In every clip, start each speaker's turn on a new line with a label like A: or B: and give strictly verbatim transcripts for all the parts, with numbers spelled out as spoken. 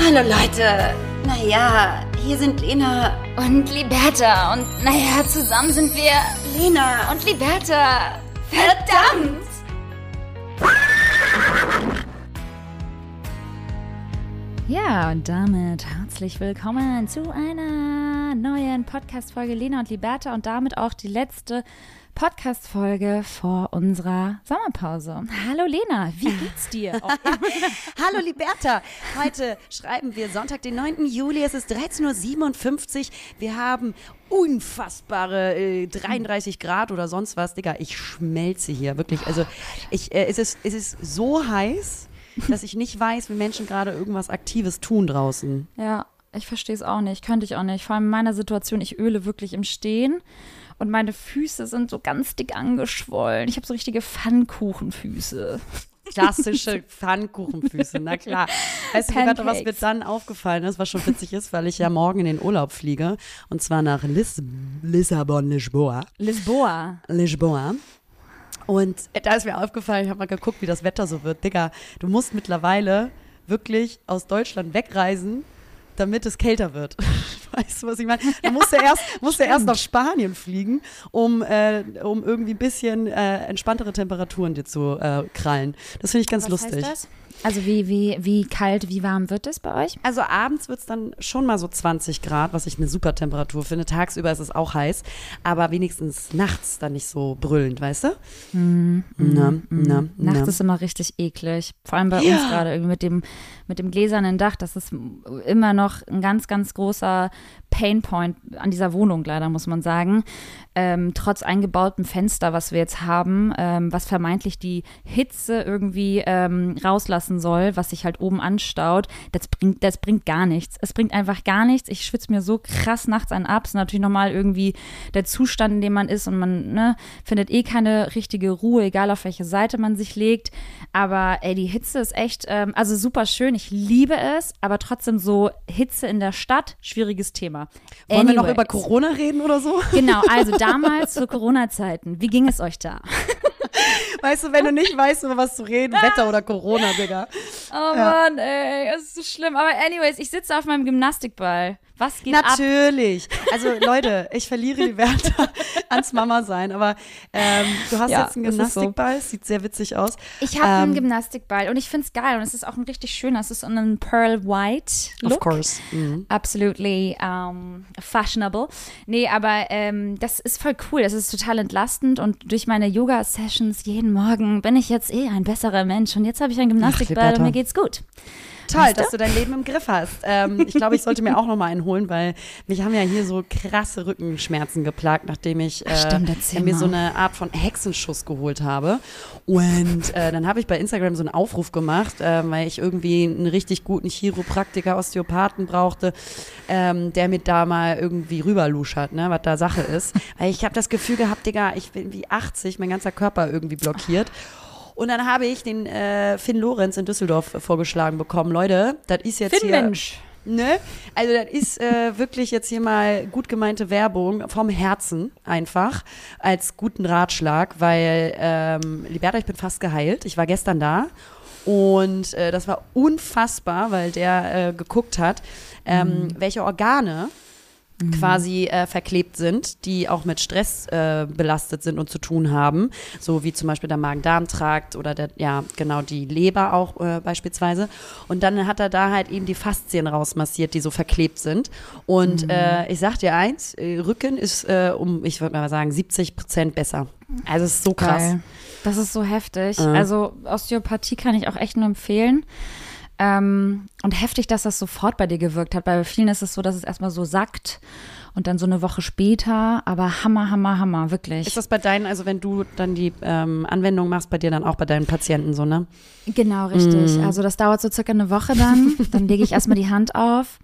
A: Hallo Leute, naja, hier sind Lena
B: und Liberta und naja, zusammen sind wir
A: Lena
B: und Liberta. Verdammt! Ja, und damit herzlich willkommen zu einer neuen Podcast-Folge Lena und Liberta und damit auch die letzte Podcast-Folge vor unserer Sommerpause. Hallo Lena, wie geht's dir? Oh.
A: Hallo Liberta, heute schreiben wir Sonntag, den neunten Juli, es ist dreizehn Uhr siebenundfünfzig, wir haben unfassbare äh, dreiunddreißig Grad oder sonst was, Digga, ich schmelze hier, wirklich, also ich, äh, es, ist, es ist so heiß, dass ich nicht weiß, wie Menschen gerade irgendwas Aktives tun draußen.
B: Ja, ich verstehe es auch nicht, könnte ich auch nicht, vor allem in meiner Situation, ich öle wirklich im Stehen. Und meine Füße sind so ganz dick angeschwollen. Ich habe so richtige Pfannkuchenfüße.
A: Klassische Pfannkuchenfüße, na klar. Weißt du gerade, was mir dann aufgefallen ist, was schon witzig ist, weil ich ja morgen in den Urlaub fliege. Und zwar nach Lis- Lissabon, Lisboa.
B: Lisboa.
A: Lisboa. Und da ist mir aufgefallen, ich habe mal geguckt, wie das Wetter so wird. Digga, du musst mittlerweile wirklich aus Deutschland wegreisen, damit es kälter wird. Weißt du, was ich meine? Da musst du erst, musst du erst nach Spanien fliegen, um, äh, um irgendwie ein bisschen äh, entspanntere Temperaturen dir zu äh, krallen. Das finde ich ganz
B: was
A: lustig.
B: Heißt das? Also wie, wie, wie kalt, wie warm wird es bei euch?
A: Also abends wird es dann schon mal so zwanzig Grad, was ich eine super Temperatur finde. Tagsüber ist es auch heiß, aber wenigstens nachts dann nicht so brüllend, weißt du?
B: Mm,
A: na,
B: mm,
A: na,
B: nachts
A: na.
B: ist immer richtig eklig. Vor allem bei
A: Ja.
B: uns gerade irgendwie mit dem, mit dem gläsernen Dach. Das ist immer noch ein ganz, ganz großer Painpoint an dieser Wohnung leider, muss man sagen. Ähm, trotz eingebautem Fenster, was wir jetzt haben, ähm, was vermeintlich die Hitze irgendwie ähm, rauslassen soll, was sich halt oben anstaut, das bringt, das bringt gar nichts. Es bringt einfach gar nichts. Ich schwitze mir so krass nachts einen ab. Es ist natürlich nochmal irgendwie der Zustand, in dem man ist und man ne, findet eh keine richtige Ruhe, egal auf welche Seite man sich legt. Aber ey, die Hitze ist echt, ähm, also super schön. Ich liebe es, aber trotzdem so Hitze in der Stadt, schwieriges Thema.
A: Wollen
B: Anyways.
A: wir noch über Corona reden oder so?
B: Genau, also damals zu Corona-Zeiten. Wie ging es euch da?
A: Weißt du, wenn du nicht weißt, über was zu reden, Wetter oder Corona, Digga.
B: Oh
A: Ja.
B: Mann, ey, das ist so schlimm. Aber anyways, ich sitze auf meinem Gymnastikball. Was geht ab?
A: Natürlich. Also Leute, ich verliere die Werte ans Mama sein, aber ähm, du hast
B: Ja,
A: jetzt einen
B: das ist so.
A: Gymnastikball, sieht sehr witzig aus.
B: Ich habe einen
A: Ähm,
B: Gymnastikball und ich finde es geil und es ist auch ein richtig schöner. Es ist ein Pearl White Look.
A: Of course. Mhm.
B: Absolutely um, fashionable. Nee, aber ähm, das ist voll cool. Das ist total entlastend und durch meine Yoga-Sessions jeden Morgen bin ich jetzt eh ein besserer Mensch und jetzt habe ich einen Gymnastikball
A: Liberta.
B: und mir geht's gut.
A: Toll,
B: Weißt du?
A: dass du dein Leben im Griff hast. Ähm, ich glaube, ich sollte mir auch noch mal einen holen, weil mich haben ja hier so krasse Rückenschmerzen geplagt, nachdem ich äh,
B: Stimmt, erzähl
A: mir
B: mal.
A: so eine Art von Hexenschuss geholt habe. Und äh, dann habe ich bei Instagram so einen Aufruf gemacht, äh, weil ich irgendwie einen richtig guten Chiropraktiker, Osteopathen brauchte, ähm, der mir da mal irgendwie rüberluschert, ne, was da Sache ist. Weil ich habe das Gefühl gehabt, Digga, ich bin wie achtzig, mein ganzer Körper irgendwie blockiert. Und dann habe ich den äh, Finn Lorenz in Düsseldorf vorgeschlagen bekommen. Leute, das ist jetzt
B: Finn,
A: hier...
B: Mensch.
A: Ne? Also das ist äh, wirklich jetzt hier mal gut gemeinte Werbung vom Herzen einfach als guten Ratschlag, weil ähm, Liberta, ich bin fast geheilt. Ich war gestern da und äh, das war unfassbar, weil der äh, geguckt hat, ähm,
B: Mhm.
A: welche Organe quasi äh, verklebt sind, die auch mit Stress äh, belastet sind und zu tun haben, so wie zum Beispiel der Magen-Darm-Trakt oder der, ja, genau, die Leber auch äh, beispielsweise. Und dann hat er da halt eben die Faszien rausmassiert, die so verklebt sind. Und
B: Mhm.
A: äh, ich sag dir eins, äh, Rücken ist äh, um, ich würde mal sagen, siebzig Prozent besser. Also es ist so krass.
B: Geil. Das ist so heftig.
A: Äh.
B: Also Osteopathie kann ich auch echt nur empfehlen. Ähm, und heftig, dass das sofort bei dir gewirkt hat. Bei vielen ist es so, dass es erstmal so sackt und dann so eine Woche später. Aber Hammer, Hammer, Hammer, wirklich.
A: Ist das bei deinen, also wenn du dann die ähm, Anwendung machst, bei dir dann auch bei deinen Patienten so, ne?
B: Genau, richtig.
A: Mm.
B: Also das dauert so circa eine Woche dann. Dann lege ich erstmal die Hand auf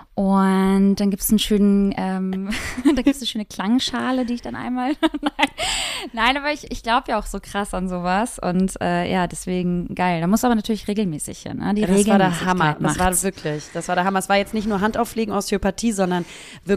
B: und dann gibt es einen schönen, ähm, da gibt's eine schöne Klangschale, die ich dann einmal, nein, nein, aber ich, ich glaube ja auch so krass an sowas und äh, ja, deswegen geil. Da muss aber natürlich regelmäßig hin, ne? Die
A: Ja, das war der
B: Regelmäßigkeit
A: Hammer. Das war
B: macht's.
A: wirklich, das war der Hammer. Es war jetzt nicht nur Handauflegen, Osteopathie, sondern wirklich, er ist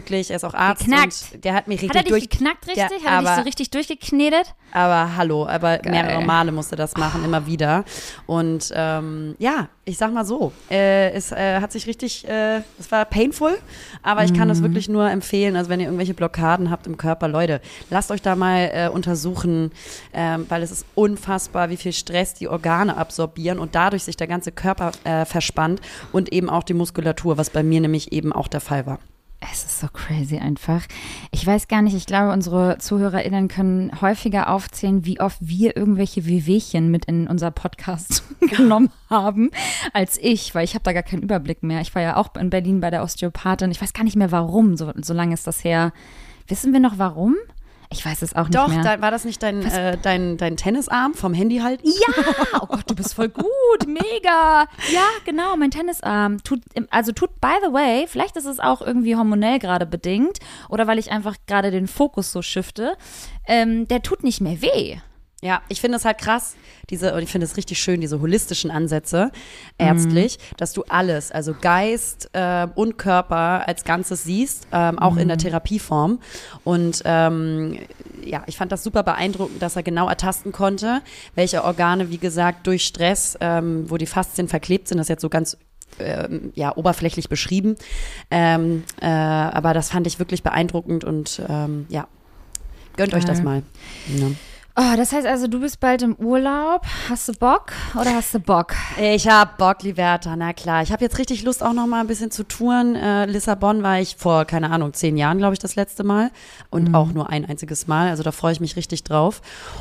A: ist auch Arzt.
B: Geknackt.
A: Und der hat mich richtig
B: Hat er dich
A: durch...
B: geknackt richtig?
A: Der,
B: hat er
A: aber,
B: dich so richtig durchgeknetet?
A: Aber hallo, aber
B: Geil.
A: mehrere Male musste das machen, immer wieder. Und ähm, ja, ich sag mal so, äh, es äh, hat sich richtig, äh, es war painful, aber ich kann das wirklich nur empfehlen. Also wenn ihr irgendwelche Blockaden habt im Körper, Leute, lasst euch da mal äh, untersuchen, ähm, weil es ist unfassbar, wie viel Stress die Organe absorbieren und dadurch sich der ganze Körper äh, verspannt und eben auch die Muskulatur, was bei mir nämlich eben auch der Fall war.
B: Es ist so crazy einfach. Ich weiß gar nicht, ich glaube, unsere ZuhörerInnen können häufiger aufzählen, wie oft wir irgendwelche Wehwehchen mit in unser Podcast genommen haben, als ich, weil ich habe da gar keinen Überblick mehr. Ich war ja auch in Berlin bei der Osteopathin. Ich weiß gar nicht mehr, warum, so, so lange ist das her. Wissen wir noch, warum? Ich weiß es auch nicht
A: Doch,
B: mehr.
A: Doch, war das nicht dein, äh, dein, dein Tennisarm vom Handy halten?
B: Ja, oh Gott, du bist voll gut, mega. Ja, genau, mein Tennisarm. Tut, also tut, by the way, vielleicht ist es auch irgendwie hormonell gerade bedingt oder weil ich einfach gerade den Fokus so shifte, ähm, der tut nicht mehr weh.
A: Ja, ich finde es halt krass, diese, und ich finde es richtig schön, diese holistischen Ansätze, ärztlich, mhm. dass du alles, also Geist äh, und Körper als Ganzes siehst, ähm, auch mhm. in der Therapieform. Und ähm, ja, ich fand das super beeindruckend, dass er genau ertasten konnte, welche Organe, wie gesagt, durch Stress, ähm, wo die Faszien verklebt sind, das ist jetzt so ganz ähm, ja, oberflächlich beschrieben. Ähm, äh, aber das fand ich wirklich beeindruckend und ähm, ja, gönnt
B: Geil.
A: euch das mal. Ja.
B: Oh, das heißt also, du bist bald im Urlaub. Hast du Bock oder hast du Bock?
A: Ich hab Bock, Liberta, na klar. Ich habe jetzt richtig Lust, auch noch mal ein bisschen zu touren. Äh, Lissabon war ich vor, keine Ahnung, zehn Jahren, glaube ich, das letzte Mal. Und mhm. auch nur ein einziges Mal. Also da freue ich mich richtig drauf.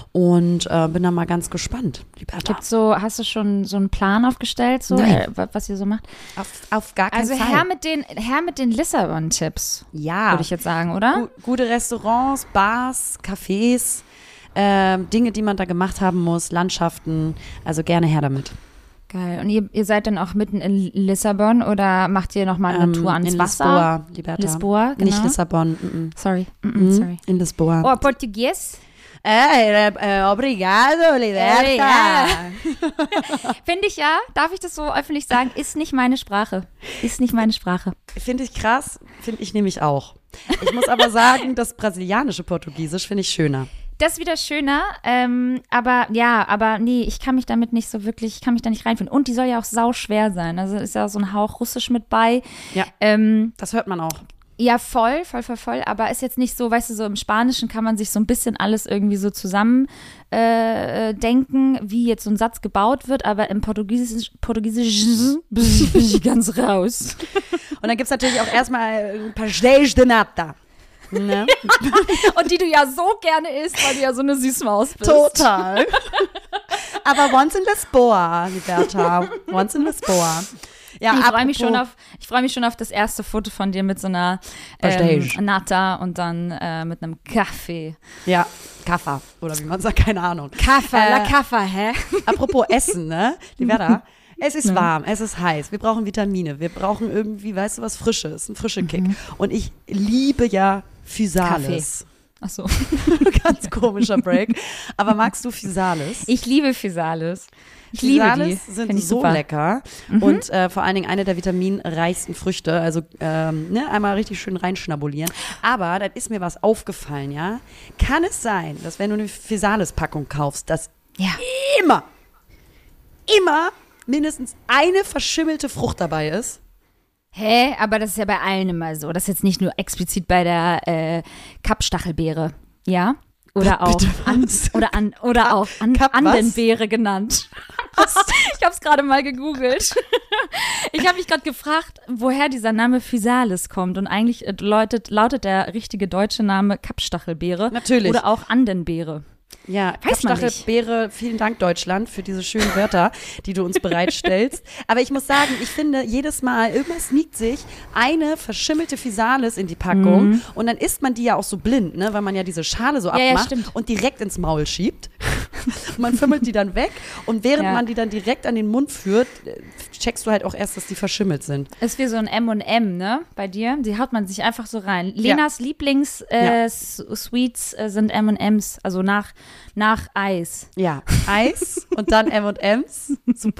A: Und äh, bin da mal ganz gespannt, Liberta.
B: Gibt's so, hast du schon so einen Plan aufgestellt, so, äh, was ihr so macht?
A: Auf, auf gar keinen
B: also
A: Fall.
B: Also her mit den, her mit den Lissabon-Tipps.
A: Ja.
B: Würde ich jetzt sagen, oder?
A: Gu- gute Restaurants, Bars, Cafés. Ähm, Dinge, die man da gemacht haben muss, Landschaften, also gerne her damit.
B: Geil. Und ihr, ihr seid dann auch mitten in Lissabon oder macht ihr nochmal eine
A: ähm,
B: Tour ans
A: in
B: Wasser?
A: Lisboa, Liberta.
B: Lisboa, genau.
A: Nicht Lissabon. Mm-mm.
B: Sorry. Mm-mm,
A: Mhm.
B: sorry.
A: In Lisboa.
B: Oh, Portugies?
A: Äh, äh, obrigado, Liberta.
B: Finde ich ja, darf ich das so öffentlich sagen, ist nicht meine Sprache. Ist nicht meine Sprache.
A: Finde ich krass, finde ich nämlich auch. Ich muss aber sagen, das brasilianische Portugiesisch finde ich schöner.
B: Das ist wieder schöner, ähm, aber ja, aber nee, ich kann mich damit nicht so wirklich, ich kann mich da nicht reinfinden. Und die soll ja auch sau schwer sein, also ist ja so ein Hauch Russisch mit bei.
A: Ja,
B: ähm,
A: das hört man auch.
B: Ja, voll, voll, voll, voll, aber ist jetzt nicht so, weißt du, so im Spanischen kann man sich so ein bisschen alles irgendwie so zusammen äh, denken, wie jetzt so ein Satz gebaut wird, aber im Portugiesisch, Portugiesisch bin ich ganz raus.
A: Und dann gibt es natürlich auch erstmal Pastéis de Nata. Ne?
B: Und die du ja so gerne isst, weil du ja so eine Süßmaus bist.
A: Total. Aber once in Lisboa, Liberta. Once in Lisboa. Ja,
B: ich freue mich schon auf, ich freue mich schon auf das erste Foto von dir mit so einer ähm, Nata und dann äh, mit einem Kaffee.
A: Ja, Kaffa oder wie man sagt, keine Ahnung.
B: Kaffa,
A: äh,
B: la Kaffa, hä?
A: Apropos Essen, ne? Liberta. Es ist warm, es ist heiß, wir brauchen Vitamine, wir brauchen irgendwie, weißt du, was Frisches, ein frischer Kick. Mhm. Und ich liebe ja Physalis.
B: Ach so.
A: Ganz komischer Break. Aber magst du Physalis?
B: Ich liebe Physalis. Ich
A: Physalis
B: liebe die.
A: sind
B: Find ich
A: so
B: super.
A: lecker
B: Mhm.
A: und äh, vor allen Dingen eine der vitaminreichsten Früchte. Also ähm, ne, einmal richtig schön reinschnabulieren. Aber da ist mir was aufgefallen, ja. Kann es sein, dass wenn du eine Physalis-Packung kaufst, dass
B: Ja.
A: immer, immer mindestens eine verschimmelte Frucht dabei ist?
B: Hä? Aber das ist ja bei allen immer so. Das ist jetzt nicht nur explizit bei der äh, Kappstachelbeere. Ja? Oder auch,
A: Bitte,
B: an, oder an, oder auch an,
A: Kapp, was?
B: Andenbeere genannt. Ich habe es gerade mal gegoogelt. Ich habe mich gerade gefragt, woher dieser Name Physalis kommt. Und eigentlich äh, lautet, lautet der richtige deutsche Name Kappstachelbeere.
A: Natürlich.
B: Oder auch Andenbeere.
A: Ja,
B: Weiß man nicht.
A: Kappstachelbeere, vielen Dank Deutschland für diese schönen Wörter, die du uns bereitstellst. Aber ich muss sagen, ich finde, jedes Mal, irgendwas sneakt sich eine verschimmelte Physalis in die Packung
B: Mhm.
A: und dann isst man die ja auch so blind, ne, weil man ja diese Schale so
B: Ja, ja,
A: abmacht
B: stimmt.
A: und direkt ins Maul schiebt. Und man fümmelt die dann weg und während
B: Ja.
A: man die dann direkt an den Mund führt, äh, checkst du halt auch erst, dass die verschimmelt sind.
B: Ist wie so ein M und M, ne, bei dir. Die haut man sich einfach so rein. Lenas Lieblings-Sweets äh,
A: Ja.
B: S- Sweets, äh, sind M und M's, also nach, nach Eis.
A: Ja, Eis und dann M und M's, super.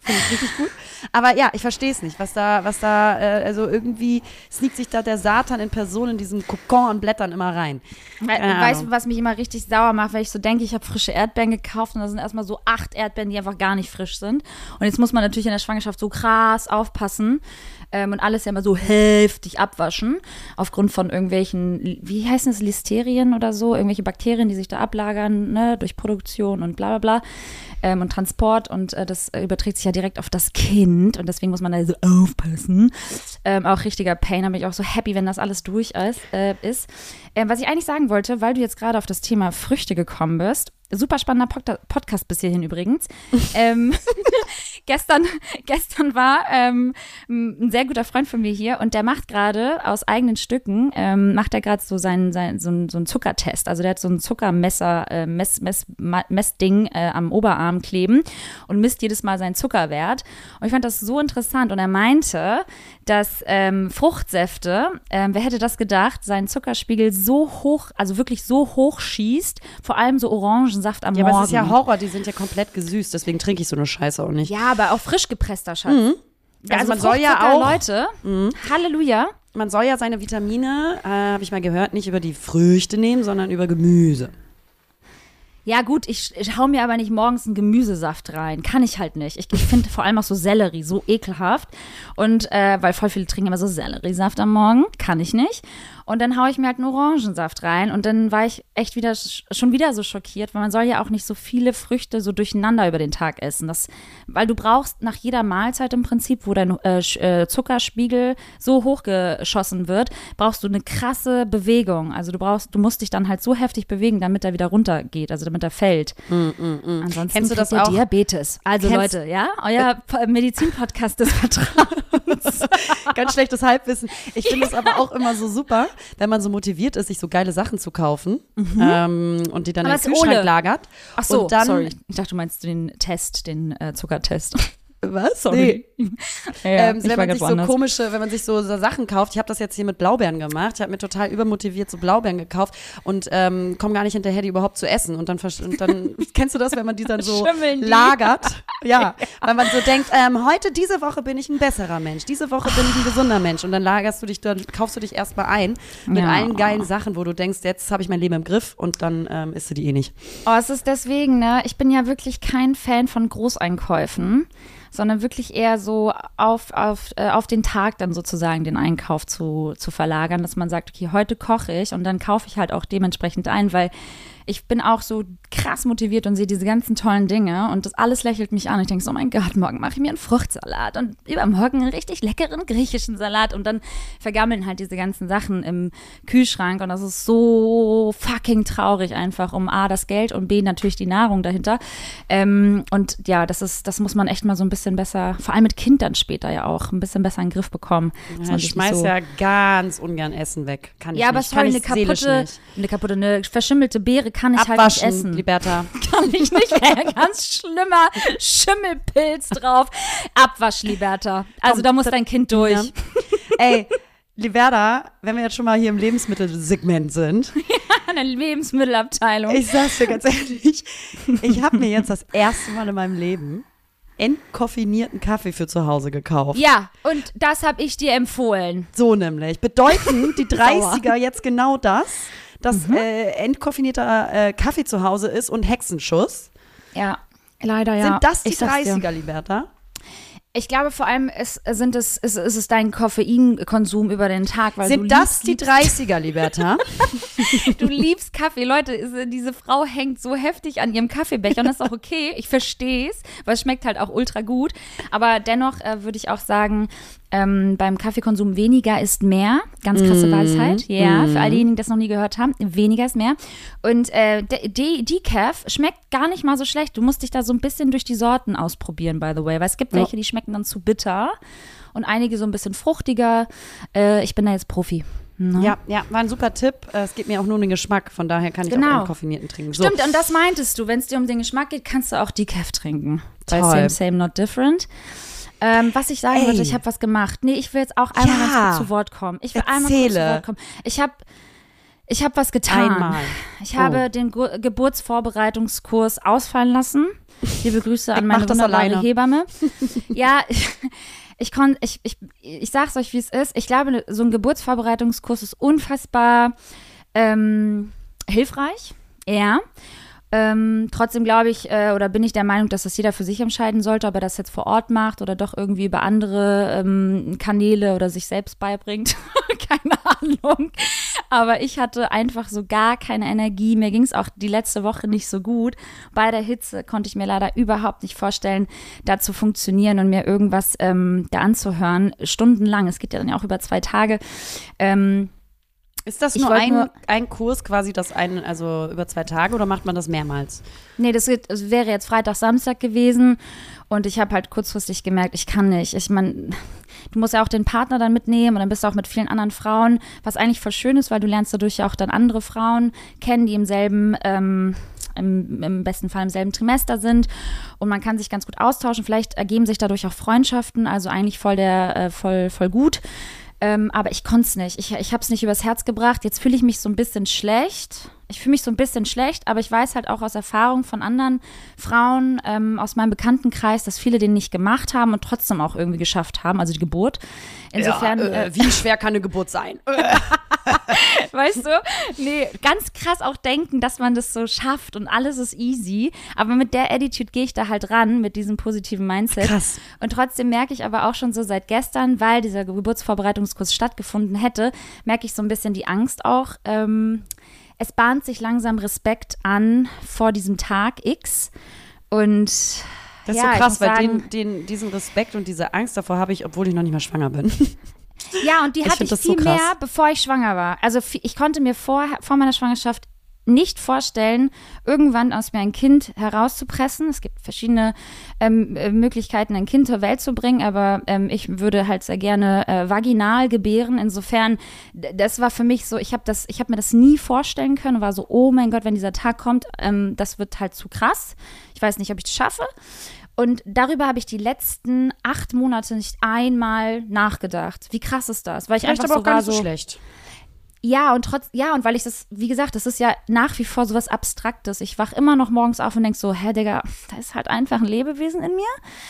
A: Finde ich richtig gut. Aber ja, ich verstehe es nicht, was da, was da, äh, also irgendwie sneakt sich da der Satan in Person in diesen Kokon an Blättern immer rein.
B: Keine weißt du, was mich immer richtig sauer macht, wenn ich so denke, ich habe frische Erdbeeren gekauft und da sind erstmal so acht Erdbeeren, die einfach gar nicht frisch sind. Und jetzt muss man natürlich in der Schwangerschaft so krass aufpassen ähm, und alles ja immer so heftig abwaschen, aufgrund von irgendwelchen, wie heißen es, Listerien oder so, irgendwelche Bakterien, die sich da ablagern, ne, durch Produktion und bla bla bla. Ähm, und Transport und äh, das äh, überträgt sich ja direkt auf das Kind und deswegen muss man da so aufpassen. Ähm, auch richtiger Pain, da bin ich auch so happy, wenn das alles durch ist. Äh, ist. Ähm, was ich eigentlich sagen wollte, weil du jetzt gerade auf das Thema Früchte gekommen bist, super spannender Pod- Podcast bis hierhin übrigens. ähm, gestern, gestern war ähm, ein sehr guter Freund von mir hier und der macht gerade aus eigenen Stücken, ähm, macht er gerade so sein, sein, so, ein, so einen Zuckertest. Also der hat so ein Zuckermesser, äh, Mess, Mess, Messding äh, am Oberarm kleben und misst jedes Mal seinen Zuckerwert. Und ich fand das so interessant und er meinte, dass ähm, Fruchtsäfte, ähm, wer hätte das gedacht, seinen Zuckerspiegel so hoch, also wirklich so hoch schießt, vor allem so Orangensaft am
A: Ja,
B: Morgen.
A: aber es ist ja Horror, die sind ja komplett gesüßt, deswegen trinke ich so eine Scheiße auch nicht.
B: Ja, aber auch frisch gepresster Schatz. Mhm.
A: Ja, also, also man soll ja auch,
B: Leute, mhm. Halleluja.
A: Man soll ja seine Vitamine, äh, habe ich mal gehört, nicht über die Früchte nehmen, sondern über Gemüse.
B: Ja gut, ich, ich hau mir aber nicht morgens einen Gemüsesaft rein. Kann ich halt nicht. Ich, ich finde vor allem auch so Sellerie so ekelhaft. Und äh, weil voll viele trinken immer so Selleriesaft am Morgen. Kann ich nicht. Und dann haue ich mir halt einen Orangensaft rein. Und dann war ich echt wieder schon wieder so schockiert, weil man soll ja auch nicht so viele Früchte so durcheinander über den Tag essen. Das, weil du brauchst nach jeder Mahlzeit im Prinzip, wo dein äh, Zuckerspiegel so hochgeschossen wird, brauchst du eine krasse Bewegung. Also du brauchst, du musst dich dann halt so heftig bewegen, damit er wieder runtergeht, also damit er fällt.
A: Mm, mm, mm.
B: Ansonsten
A: kennst du das
B: kriegt ihr
A: auch?
B: Diabetes. Also
A: Kennst
B: Leute, ja, euer äh, Medizin-Podcast des Vertrauens.
A: Ganz schlechtes Halbwissen. Ich finde es aber auch immer so super, wenn man so motiviert ist, sich so geile Sachen zu kaufen mhm. ähm, und die dann
B: aber
A: im Kühlschrank
B: Ole.
A: lagert.
B: Ach so,
A: und dann,
B: sorry. Ich dachte, du meinst den Test, den äh, Zuckertest.
A: Was?
B: Sorry. Nee. Ja,
A: ähm, wenn man sich so woanders. komische, wenn man sich so, so Sachen kauft, ich habe das jetzt hier mit Blaubeeren gemacht, ich habe mir total übermotiviert so Blaubeeren gekauft und ähm, komme gar nicht hinterher, die überhaupt zu essen und dann, und dann kennst du das, wenn man die dann so
B: die?
A: lagert? Ja, ja, weil man so denkt, ähm, heute, diese Woche bin ich ein besserer Mensch, diese Woche bin ich ein gesunder Mensch und dann lagerst du dich, dann kaufst du dich erstmal ein mit ja. allen geilen Sachen, wo du denkst, jetzt habe ich mein Leben im Griff und dann ähm, isst du die eh nicht.
B: Oh, es ist deswegen, ne, ich bin ja wirklich kein Fan von Großeinkäufen, sondern wirklich eher so auf, auf, äh, auf den Tag dann sozusagen den Einkauf zu, zu verlagern, dass man sagt, okay, heute koche ich und dann kaufe ich halt auch dementsprechend ein, weil ich bin auch so krass motiviert und sehe diese ganzen tollen Dinge und das alles lächelt mich an. Ich denke so, oh mein Gott, morgen mache ich mir einen Fruchtsalat und übermorgen einen richtig leckeren griechischen Salat und dann vergammeln halt diese ganzen Sachen im Kühlschrank und das ist so fucking traurig einfach, um A, das Geld und B, natürlich die Nahrung dahinter. Ähm, und ja, das ist, das muss man echt mal so ein bisschen besser, vor allem mit Kind dann später ja auch, ein bisschen besser in den Griff bekommen.
A: Ja, ich schmeiß so ja ganz ungern Essen weg. Kann ich
B: ja,
A: nicht.
B: aber sorry, eine kaputte, eine kaputte, eine verschimmelte Beere kann ich
A: Abwaschen,
B: halt nicht essen.
A: Liberta.
B: Kann ich nicht. Ganz schlimmer Schimmelpilz drauf. Abwasch, Liberta. Also Komm, da muss dein Kind durch. Ja.
A: Ey, Liberta, wenn wir jetzt schon mal hier im Lebensmittelsegment sind.
B: Ja, eine Lebensmittelabteilung.
A: Ich sag's dir ganz ehrlich, ich habe mir jetzt das erste Mal in meinem Leben entkoffinierten Kaffee für zu Hause gekauft.
B: Ja, und das habe ich dir empfohlen.
A: So nämlich. Bedeuten die dreißiger jetzt genau das, dass mhm. äh, entkoffinierter äh, Kaffee zu Hause ist und Hexenschuss.
B: Ja, leider ja.
A: Sind das die dreißiger, Liberta?
B: Ich glaube vor allem ist, sind es, ist, ist es dein Koffeinkonsum über den Tag. Weil
A: sind
B: du
A: das
B: liebst,
A: die dreißiger, Liberta?
B: Du liebst Kaffee. Leute, diese Frau hängt so heftig an ihrem Kaffeebecher und das ist auch okay. Ich verstehe es, weil es schmeckt halt auch ultra gut. Aber dennoch äh, würde ich auch sagen, ähm, beim Kaffeekonsum weniger ist mehr. Ganz krasse mm. Weisheit. Ja, mm. für all diejenigen, die das noch nie gehört haben. Weniger ist mehr. Und äh, die Decaf schmeckt gar nicht mal so schlecht. Du musst dich da so ein bisschen durch die Sorten ausprobieren, by the way. Weil es gibt welche, die schmecken dann zu bitter und einige so ein bisschen fruchtiger. Äh, ich bin da jetzt Profi. No.
A: Ja, ja, war ein super Tipp. Es geht mir auch nur um den Geschmack, von daher kann ich
B: genau.
A: auch entkoffinierten trinken. So.
B: Stimmt, und das meintest du. Wenn es dir um den Geschmack geht, kannst du auch Decaf trinken.
A: Toll.
B: Bei Same, Same, Not Different. Ähm, was ich sagen
A: Ey.
B: wollte, ich habe was gemacht. Nee, ich will jetzt auch einmal
A: ja.
B: ganz kurz zu Wort kommen. Ich will
A: Erzähle.
B: einmal kurz zu Wort kommen. Ich habe Ich habe was getan.
A: Einmal.
B: Ich habe
A: Oh.
B: den Gu- Geburtsvorbereitungskurs ausfallen lassen. Liebe Grüße an
A: Ich mach
B: meine
A: das
B: wunderbare
A: alleine.
B: Hebamme. Ja, ich, ich konnte, ich, ich, ich sag's euch, wie es ist. Ich glaube, so ein Geburtsvorbereitungskurs ist unfassbar ähm, hilfreich. Ja. Ähm, trotzdem glaube ich, äh, oder bin ich der Meinung, dass das jeder für sich entscheiden sollte, ob er das jetzt vor Ort macht oder doch irgendwie über andere ähm, Kanäle oder sich selbst beibringt. Keine Ahnung. Aber ich hatte einfach so gar keine Energie. Mir ging es auch die letzte Woche nicht so gut. Bei der Hitze konnte ich mir leider überhaupt nicht vorstellen, da zu funktionieren und mir irgendwas ähm, da anzuhören. Stundenlang. Es geht ja dann ja auch über zwei Tage. Ähm,
A: Ist das
B: Ich
A: nur
B: wollt
A: ein,
B: nur-
A: ein Kurs quasi, das einen, also über zwei Tage oder macht man das mehrmals?
B: Nee, das, geht, das wäre jetzt Freitag, Samstag gewesen und ich habe halt kurzfristig gemerkt, ich kann nicht. Ich meine, du musst ja auch den Partner dann mitnehmen und dann bist du auch mit vielen anderen Frauen, was eigentlich voll schön ist, weil du lernst dadurch ja auch dann andere Frauen kennen, die im selben, ähm, im, im besten Fall im selben Trimester sind und man kann sich ganz gut austauschen. Vielleicht ergeben sich dadurch auch Freundschaften, also eigentlich voll der, äh, voll, voll gut. Ähm, aber ich konnte es nicht. Ich, ich habe es nicht übers Herz gebracht. Jetzt fühle ich mich so ein bisschen schlecht. Ich fühle mich so ein bisschen schlecht, aber ich weiß halt auch aus Erfahrung von anderen Frauen ähm, aus meinem Bekanntenkreis, dass viele den nicht gemacht haben und trotzdem auch irgendwie geschafft haben, also die Geburt. Insofern,
A: ja, äh,
B: äh,
A: wie schwer kann eine Geburt sein?
B: weißt du, nee, ganz krass auch denken, dass man das so schafft und alles ist easy. Aber mit der Attitude gehe ich da halt ran, mit diesem positiven Mindset.
A: Krass.
B: Und trotzdem merke ich aber auch schon so seit gestern, weil dieser Geburtsvorbereitungskurs stattgefunden hätte, merke ich so ein bisschen die Angst auch. Ähm, es bahnt sich langsam Respekt an vor diesem Tag X. Und
A: Das ist
B: ja,
A: so
B: ich
A: krass,
B: muss
A: weil
B: sagen,
A: den, den, diesen Respekt und diese Angst davor habe ich, obwohl ich noch nicht mal schwanger bin.
B: ja, und die
A: Ich
B: hatte
A: find
B: ich
A: das
B: viel
A: so krass.
B: mehr, bevor ich schwanger war. Also vi- ich konnte mir vor, vor meiner Schwangerschaft nicht vorstellen, irgendwann aus mir ein Kind herauszupressen. Es gibt verschiedene ähm, äh, Möglichkeiten, ein Kind zur Welt zu bringen, aber ähm, ich würde halt sehr gerne äh, vaginal gebären. Insofern, d- das war für mich so, ich habe das, ich habe mir das nie vorstellen können und war so, oh mein Gott, wenn dieser Tag kommt, ähm, das wird halt zu krass. Ich weiß nicht, ob ich es schaffe. Und darüber habe ich die letzten acht Monate nicht einmal nachgedacht. Wie krass ist das? Weil ich
A: Vielleicht
B: einfach
A: aber auch
B: so
A: gar
B: war
A: nicht so
B: so,
A: schlecht.
B: ja, und trotz, ja, und weil ich das, wie gesagt, das ist ja nach wie vor sowas Abstraktes. Ich wach immer noch morgens auf und denk so, hä, Digga, da ist halt einfach ein Lebewesen in mir.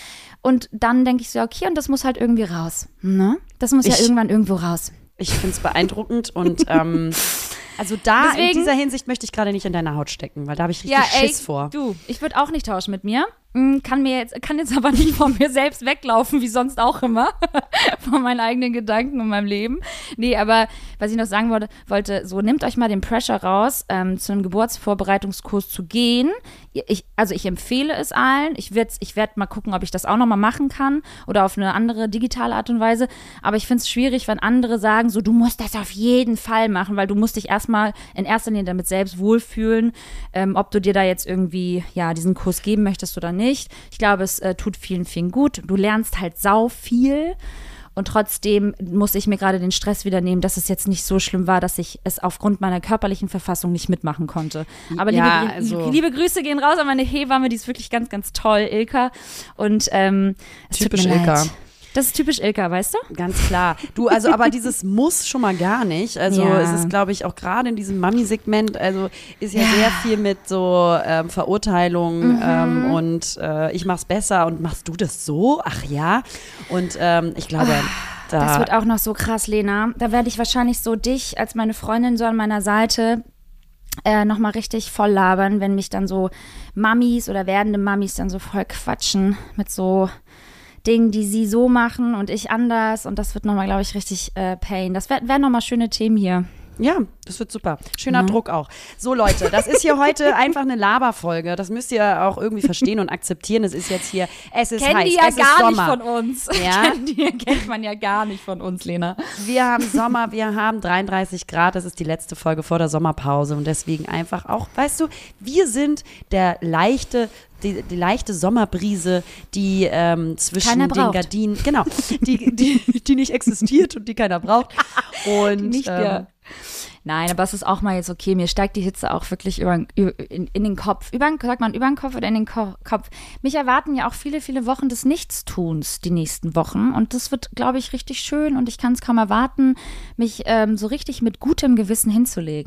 B: Und dann denke ich so, okay, und das muss halt irgendwie raus. Ne? Das muss
A: Ich-
B: ja irgendwann irgendwo raus.
A: Ich finde es beeindruckend und ähm, also da in
B: Deswegen-
A: dieser Hinsicht möchte ich gerade nicht in deiner Haut stecken, weil da habe ich richtig Schiss vor.
B: du, ich würde auch nicht tauschen mit mir. Mm, Kann mir jetzt, kann jetzt aber nicht von mir selbst weglaufen, wie sonst auch immer. Von meinen eigenen Gedanken und meinem Leben. Nee, aber was ich noch sagen wollte, wollte so nehmt euch mal den Pressure raus, ähm, zu einem Geburtsvorbereitungskurs zu gehen. Ich, also ich empfehle es allen. Ich werde ich werd mal gucken, ob ich das auch nochmal machen kann oder auf eine andere digitale Art und Weise. Aber ich finde es schwierig, wenn andere sagen, so du musst das auf jeden Fall machen, weil du musst dich erstmal in erster Linie damit selbst wohlfühlen, ähm, ob du dir da jetzt irgendwie ja diesen Kurs geben möchtest oder nicht. Ich glaube, es äh, tut vielen, vielen gut. Du lernst halt sau viel. Und trotzdem muss ich mir gerade den Stress wieder nehmen, dass es jetzt nicht so schlimm war, dass ich es aufgrund meiner körperlichen Verfassung nicht mitmachen konnte. Aber
A: Ja,
B: liebe,
A: also-
B: liebe Grüße gehen raus an meine Hebamme, die ist wirklich ganz, ganz toll, Ilka. Und ähm, es tut
A: Typisch
B: mir leid.
A: Ilka.
B: Das ist typisch Ilka, weißt du?
A: Ganz klar. Du, also aber dieses muss schon mal gar nicht. Also
B: Ja.
A: es ist, glaube ich, auch gerade in diesem Mami-Segment, also ist ja, sehr viel mit so ähm, Verurteilung
B: Mhm.
A: ähm, und äh, ich mach's besser und machst du das so? Ach ja. Und ähm, ich glaube, da
B: Das wird auch noch so krass, Lena. Da werde ich wahrscheinlich so dich als meine Freundin so an meiner Seite äh, nochmal richtig voll labern, wenn mich dann so Mamis oder werdende Mamis dann so voll quatschen mit so Dingen, die sie so machen und ich anders. Und das wird nochmal, glaube ich, richtig äh, Pain. Das wär- wären nochmal schöne Themen hier.
A: Ja, das wird super. Schöner Druck auch. So Leute, das ist hier heute einfach eine Laberfolge. Das müsst ihr auch irgendwie verstehen und akzeptieren. Es ist jetzt hier, es ist
B: Kennen
A: heiß,
B: die ja
A: es ist
B: gar nicht
A: Sommer.
B: von uns.
A: Ja?
B: Kennen die, kennt man ja gar nicht von uns, Lena.
A: Wir haben Sommer, wir haben dreiunddreißig Grad. Das ist die letzte Folge vor der Sommerpause und deswegen einfach auch, weißt du, wir sind der leichte Die, die leichte Sommerbrise, die ähm, zwischen
B: Keiner
A: den
B: braucht.
A: Gardinen, genau, die, die, die nicht existiert und die keiner braucht. Und
B: Nicht
A: ähm,
B: ja. Nein, aber es ist auch mal jetzt okay. Mir steigt die Hitze auch wirklich über, über, in, in den Kopf. Über, sagt man über den Kopf oder in den Ko- Kopf? Mich erwarten ja auch viele, viele Wochen des Nichtstuns die nächsten Wochen. Und das wird, glaube ich, richtig schön. Und ich kann es kaum erwarten, mich ähm, so richtig mit gutem Gewissen hinzulegen.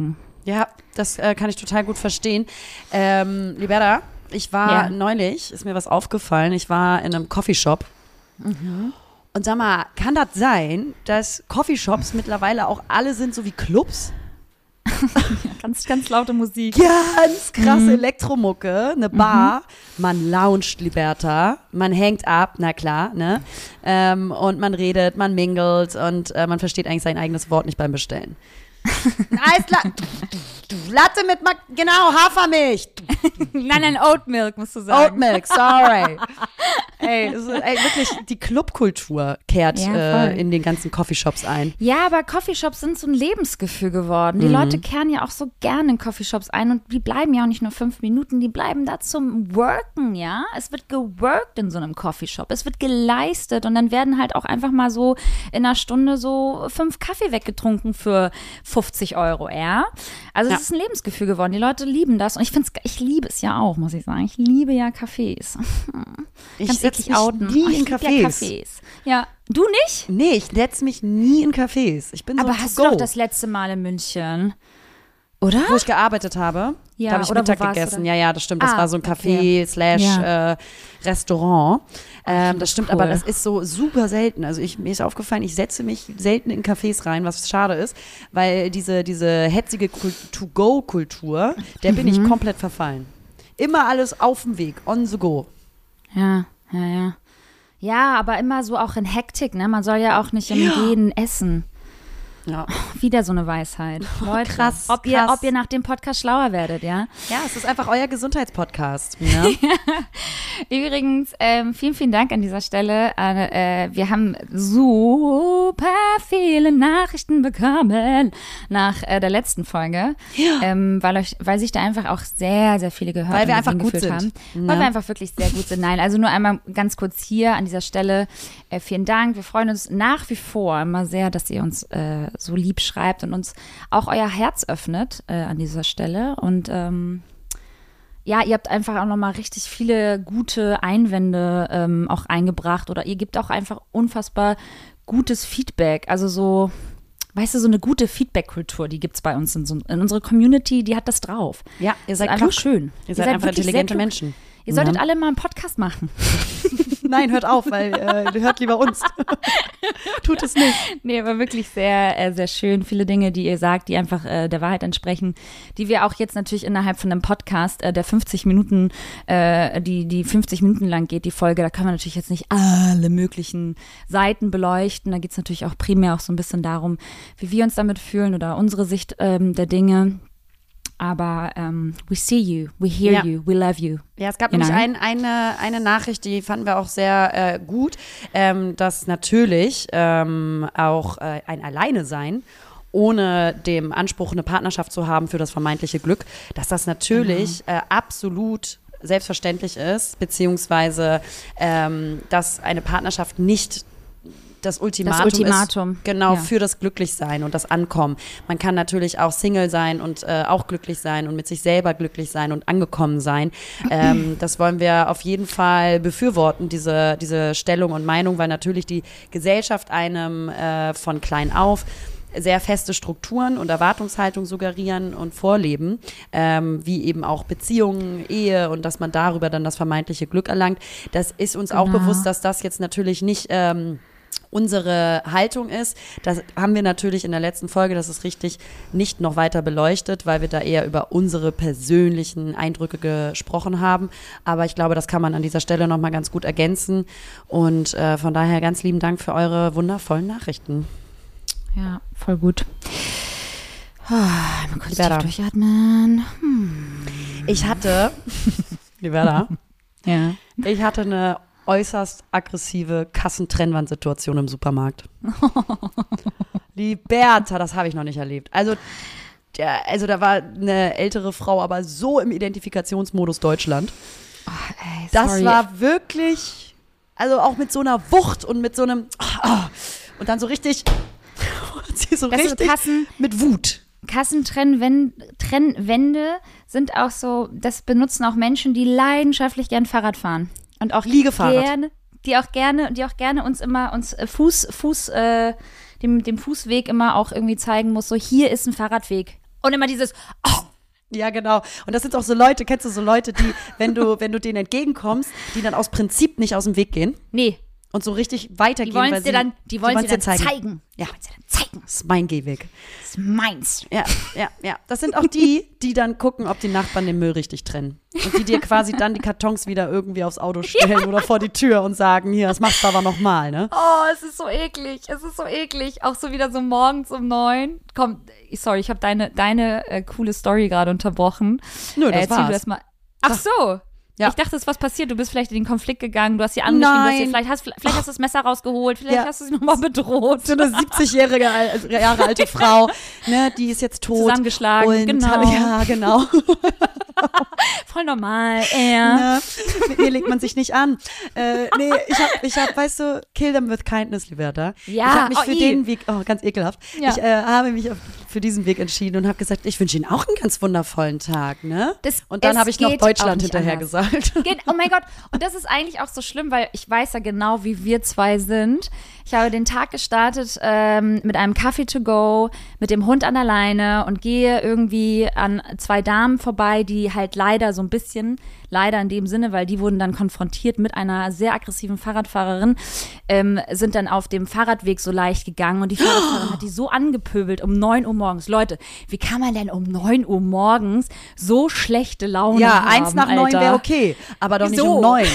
A: Ja, das äh, kann ich total gut verstehen. Ähm, Liberta, ich war
B: Ja.
A: neulich, ist mir was aufgefallen, ich war in einem Coffeeshop. Mhm. Und sag mal, kann das sein, dass Coffeeshops mittlerweile auch alle sind so wie Clubs?
B: Ganz, ganz laute Musik.
A: Ganz krasse
B: Mhm.
A: Elektromucke, eine Bar, man launcht, Liberta, man hängt ab, na klar, ne? Ähm, und man redet, man mingelt und äh, man versteht eigentlich sein eigenes Wort nicht beim Bestellen. Eislatte, Latte mit, Ma- genau, Hafermilch.
B: Nein, nein, Oat Milk, musst du sagen.
A: Oat Milk, sorry. Ey, das ist, ey, wirklich, die Clubkultur kehrt
B: Ja,
A: äh,
B: voll.
A: in den ganzen Coffeeshops ein.
B: Ja, aber Coffeeshops sind so ein Lebensgefühl geworden. Die
A: Mhm.
B: Leute kehren ja auch so gerne in Coffeeshops ein und die bleiben ja auch nicht nur fünf Minuten, die bleiben da zum Worken, ja. Es wird geworkt in so einem Coffeeshop. Es wird geleistet und dann werden halt auch einfach mal so in einer Stunde so fünf Kaffee weggetrunken für fünfzig Euro, ja. Also es
A: Ja.
B: ist ein Lebensgefühl geworden. Die Leute lieben das und ich finde es, ich liebe es ja auch, muss ich sagen. Ich liebe ja Cafés.
A: Ich
B: Ganz
A: setz
B: eklig
A: mich
B: outen.
A: nie
B: Oh, ich
A: in
B: lieb
A: Cafés.
B: Ja, Cafés. Ja, du nicht?
A: Nee, ich setze mich nie in Cafés. Ich bin
B: Aber
A: so
B: hast
A: to
B: du
A: go.
B: doch das letzte Mal in München, oder?
A: Wo ich gearbeitet habe,
B: Ja,
A: da habe ich
B: oder wo
A: Mittag
B: warst du
A: gegessen.
B: da?
A: Ja, ja, das stimmt. Das
B: Ah,
A: war so ein Café
B: okay.
A: slash
B: Ja.
A: äh, Restaurant. Ähm,
B: das
A: das stimmt,
B: cool.
A: aber das ist so super selten. Also ich, mir ist aufgefallen, ich setze mich selten in Cafés rein, was schade ist, weil diese, diese hetzige Kul- To-Go-Kultur, der bin
B: Mhm.
A: ich komplett verfallen. Immer alles auf dem Weg, on the go.
B: Ja, ja, ja. Ja, aber immer so auch in Hektik, ne? Man soll ja auch nicht im
A: Ja.
B: Gehen essen.
A: Ja.
B: Wieder so eine Weisheit. Leute,
A: krass,
B: ob ihr,
A: krass.
B: ob ihr nach dem Podcast schlauer werdet, ja?
A: Ja, es ist einfach euer Gesundheitspodcast. Ne?
B: Übrigens, ähm, vielen, vielen Dank an dieser Stelle. Äh, wir haben super viele Nachrichten bekommen nach äh, der letzten Folge,
A: Ja.
B: ähm, weil, euch, weil sich da einfach auch sehr, sehr viele gehört
A: Weil wir
B: und
A: einfach gut
B: gefühlt
A: sind.
B: haben.
A: Ne?
B: Weil wir einfach wirklich sehr gut sind. Nein, also nur einmal ganz kurz hier an dieser Stelle. Äh, vielen Dank. Wir freuen uns nach wie vor immer sehr, dass ihr uns äh, so lieb schreibt und uns auch euer Herz öffnet äh, an dieser Stelle. Und ähm, ja, ihr habt einfach auch nochmal richtig viele gute Einwände ähm, auch eingebracht oder ihr gebt auch einfach unfassbar gutes Feedback. Also so, weißt du, so eine gute Feedback-Kultur, die gibt es bei uns in, so, in unserer Community, die hat das drauf.
A: Ja, ihr seid
B: ist einfach
A: klug.
B: schön.
A: Ihr seid, einfach
B: wirklich sehr
A: intelligente
B: klug.
A: Menschen.
B: Ihr solltet
A: Ja.
B: alle mal einen Podcast machen.
A: Nein, hört auf, weil äh, hört lieber uns. Tut es nicht.
B: Nee, aber wirklich sehr, äh, sehr schön. Viele Dinge, die ihr sagt, die einfach äh, der Wahrheit entsprechen, die wir auch jetzt natürlich innerhalb von einem Podcast, äh, der fünfzig Minuten, äh, die, die fünfzig Minuten lang geht, die Folge, da können wir natürlich jetzt nicht alle möglichen Seiten beleuchten. Da geht es natürlich auch primär auch so ein bisschen darum, wie wir uns damit fühlen oder unsere Sicht ähm, der Dinge. Aber ähm, we see you, we hear
A: Ja.
B: you, we love you.
A: Ja, es gab
B: Genau.
A: nämlich ein, eine, eine Nachricht, die fanden wir auch sehr äh, gut, ähm, dass natürlich ähm, auch äh, ein Alleine-Sein ohne dem Anspruch, eine Partnerschaft zu haben für das vermeintliche Glück, dass das natürlich äh, absolut selbstverständlich ist, beziehungsweise ähm, dass eine Partnerschaft nicht das Ultimatum,
B: Das Ultimatum,
A: ist, genau,
B: ja.
A: für das Glücklichsein und das Ankommen. Man kann natürlich auch Single sein und äh, auch glücklich sein und mit sich selber glücklich sein und angekommen sein. Ähm, das wollen wir auf jeden Fall befürworten, diese, diese Stellung und Meinung, weil natürlich die Gesellschaft einem äh, von klein auf sehr feste Strukturen und Erwartungshaltung suggerieren und vorleben, ähm, wie eben auch Beziehungen, Ehe und dass man darüber dann das vermeintliche Glück erlangt. Das ist uns auch
B: Genau.
A: bewusst, dass das jetzt natürlich nicht ähm, unsere Haltung ist. Das haben wir natürlich in der letzten Folge, das ist richtig, nicht noch weiter beleuchtet, weil wir da eher über unsere persönlichen Eindrücke gesprochen haben. Aber ich glaube, das kann man an dieser Stelle nochmal ganz gut ergänzen. Und äh, von daher ganz lieben Dank für eure wundervollen Nachrichten.
B: Ja, voll gut. Oh, mal kurz
A: Liberta.
B: tief durchatmen. Hm.
A: Ich hatte, Liberta,
B: Ja.
A: ich hatte eine äußerst aggressive Kassentrennwandsituation im Supermarkt. Liberta, das habe ich noch nicht erlebt. Also, der, also da war eine ältere Frau, aber so im Identifikationsmodus Deutschland.
B: Oh, ey,
A: Das
B: sorry.
A: war wirklich, also auch mit so einer Wucht und mit so einem, ah, und dann so richtig, sie so
B: Weißt du,
A: richtig
B: Kassen-
A: mit Wut.
B: Kassentrennwände sind auch so, das benutzen auch Menschen, die leidenschaftlich gern Fahrrad fahren. Und auch
A: Liegefahrrad.
B: gerne, die auch gerne, die auch gerne uns immer, uns äh, Fuß, Fuß, äh, dem, dem Fußweg immer auch irgendwie zeigen muss, so hier ist ein Fahrradweg. Und immer dieses, oh.
A: Ja, genau. Und das sind auch so Leute, kennst du so Leute, die, wenn du, wenn du denen entgegenkommst, die dann aus Prinzip nicht aus dem Weg gehen?
B: Nee.
A: Und so richtig weitergehen.
B: Die wollen
A: weil
B: es
A: sie,
B: dir dann, die wollen
A: die
B: dir dann
A: zeigen.
B: zeigen.
A: Ja.
B: Die wollen es dir dann zeigen.
A: Das ist mein Gehweg.
B: Das ist meins.
A: Ja, ja, ja. Das sind auch die, die dann gucken, ob die Nachbarn den Müll richtig trennen. Und die dir quasi dann die Kartons wieder irgendwie aufs Auto stellen ja. oder vor die Tür und sagen, hier, das machst du aber nochmal, ne?
B: Oh, es ist so eklig. Es ist so eklig. Auch so wieder so morgens um neun. Komm, sorry, ich habe deine, deine äh, coole Story gerade unterbrochen.
A: Nö, das
B: äh, erzähl
A: war's.
B: du das mal. Ach so.
A: Ja.
B: Ich dachte, es ist was passiert. Du bist vielleicht in den Konflikt gegangen, du hast sie angeschrieben, du hast sie, vielleicht, hast, vielleicht hast du das Messer rausgeholt, vielleicht
A: Ja.
B: hast du sie nochmal bedroht.
A: So eine siebzigjährige Al- Jahre alte Frau, ne, die ist jetzt tot.
B: Zusammengeschlagen,
A: und,
B: genau.
A: Ja, genau.
B: Voll normal, ja.
A: Ne? Mit mir legt man sich nicht an. Äh, nee, ich hab, ich hab, weißt du, kill them with kindness, Liberta.
B: Ja,
A: ich habe mich
B: oh,
A: für
B: i.
A: den Weg, oh, ganz ekelhaft.
B: Ja.
A: Ich äh, habe mich auf, für diesen Weg entschieden und habe gesagt, ich wünsche Ihnen auch einen ganz wundervollen Tag, ne?
B: Das,
A: und dann
B: es
A: habe ich noch
B: geht auch
A: Deutschland
B: nicht
A: hinterher
B: anders.
A: gesagt.
B: Geht, oh mein Gott, und das ist eigentlich auch so schlimm, weil ich weiß ja genau, wie wir zwei sind. Ich habe den Tag gestartet ähm, mit einem Kaffee to go, mit dem Hund an der Leine und gehe irgendwie an zwei Damen vorbei, die halt leider so ein bisschen, leider in dem Sinne, weil die wurden dann konfrontiert mit einer sehr aggressiven Fahrradfahrerin, ähm, sind dann auf dem Fahrradweg so leicht gegangen und die Fahrradfahrerin hat die so angepöbelt um neun Uhr morgens. Leute, wie kann man denn um neun Uhr morgens so schlechte Laune
A: Ja,
B: haben,
A: eins nach neun
B: Alter?
A: wäre okay, aber doch nicht
B: Wieso?
A: um neun.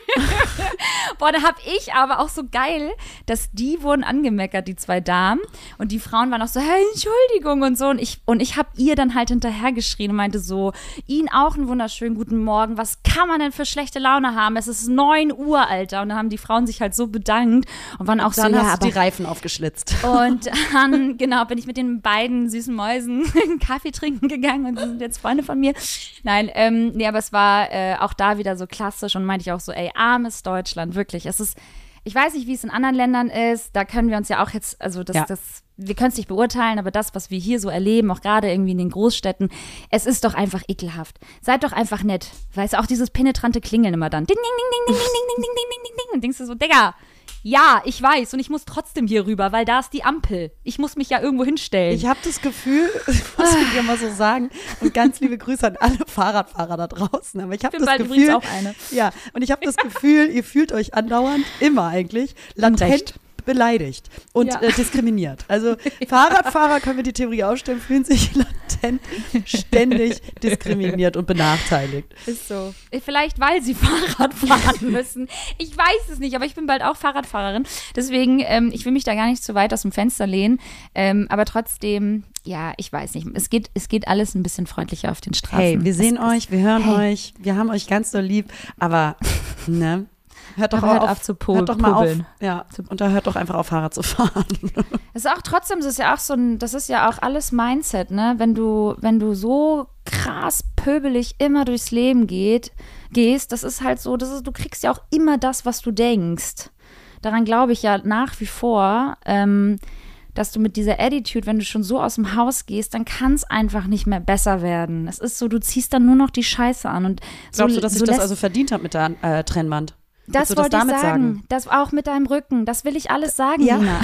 B: Boah, da hab ich aber auch so geil, dass die wurden angemeckert, die zwei Damen. Und die Frauen waren auch so, hey, Entschuldigung und so. Und ich, und ich hab ihr dann halt hinterhergeschrien und meinte so, Ihnen auch einen wunderschönen guten Morgen. Was kann man denn für schlechte Laune haben? Es ist neun Uhr, Alter. Und dann haben die Frauen sich halt so bedankt und waren auch
A: Dann
B: so,
A: hast
B: ja,
A: du die
B: aber
A: Reifen aufgeschlitzt.
B: und dann, genau, bin ich mit den beiden süßen Mäusen einen Kaffee trinken gegangen und die sind jetzt Freunde von mir. Nein, ähm, nee, aber es war äh, auch da wieder so klassisch und meinte ich auch so, ey, armes Deutschland, wirklich. Es ist, ich weiß nicht, wie es in anderen Ländern ist, da können wir uns ja auch jetzt, also das,
A: Ja.
B: das, wir können es nicht beurteilen, aber das, was wir hier so erleben, auch gerade irgendwie in den Großstädten, es ist doch einfach ekelhaft. Seid doch einfach nett. Weißt du, auch dieses penetrante Klingeln immer dann. Ding, ding, ding, ding, ding, ding, ding, ding, ding, ding, ding. Und denkst du so, Digga, ja, ich weiß und ich muss trotzdem hier rüber, weil da ist die Ampel. Ich muss mich ja irgendwo hinstellen.
A: Ich habe das Gefühl, muss ich dir mal so sagen, und ganz liebe Grüße an alle Fahrradfahrer da draußen, aber ich habe
B: bin
A: das
B: bald
A: Gefühl,
B: übrigens auch eine.
A: ja, und ich habe das Gefühl, ihr fühlt euch andauernd, immer eigentlich, latent
B: Unrecht.
A: beleidigt und
B: Ja.
A: äh, diskriminiert. Also Fahrradfahrer, können wir die Theorie aufstellen, fühlen sich latent ständig diskriminiert und benachteiligt.
B: Ist so. Vielleicht, weil sie Fahrrad fahren müssen. Ich weiß es nicht, aber ich bin bald auch Fahrradfahrerin. Deswegen, ähm, ich will mich da gar nicht zu weit aus dem Fenster lehnen. Ähm, aber trotzdem, ja, ich weiß nicht. Es geht, es geht alles ein bisschen freundlicher auf den Straßen.
A: Hey, wir sehen
B: es,
A: euch, wir hören
B: hey.
A: euch, wir haben euch ganz so lieb, aber ne? Hört doch
B: Aber
A: auch
B: hört
A: auf,
B: auf zu po-
A: hört doch mal auf,
B: pöbeln.
A: ja, und da hört doch einfach auf, Fahrrad zu fahren.
B: Es ist auch trotzdem, das ist ja auch so ein, das ist ja auch alles Mindset, ne? Wenn du, wenn du so krass pöbelig immer durchs Leben geht, gehst, das ist halt so, das ist, du kriegst ja auch immer das, was du denkst. Daran glaube ich ja nach wie vor, ähm, dass du mit dieser Attitude, wenn du schon so aus dem Haus gehst, dann kann es einfach nicht mehr besser werden. Es ist so, du ziehst dann nur noch die Scheiße an. Und so,
A: Glaubst du, dass
B: so
A: ich das
B: lässt-
A: also verdient habe mit der äh, Trennwand?
B: Das
A: Willst du das
B: wollte ich
A: damit
B: sagen.
A: sagen?
B: Das auch mit deinem Rücken. Das will ich alles sagen,
A: Ja.
B: Nina.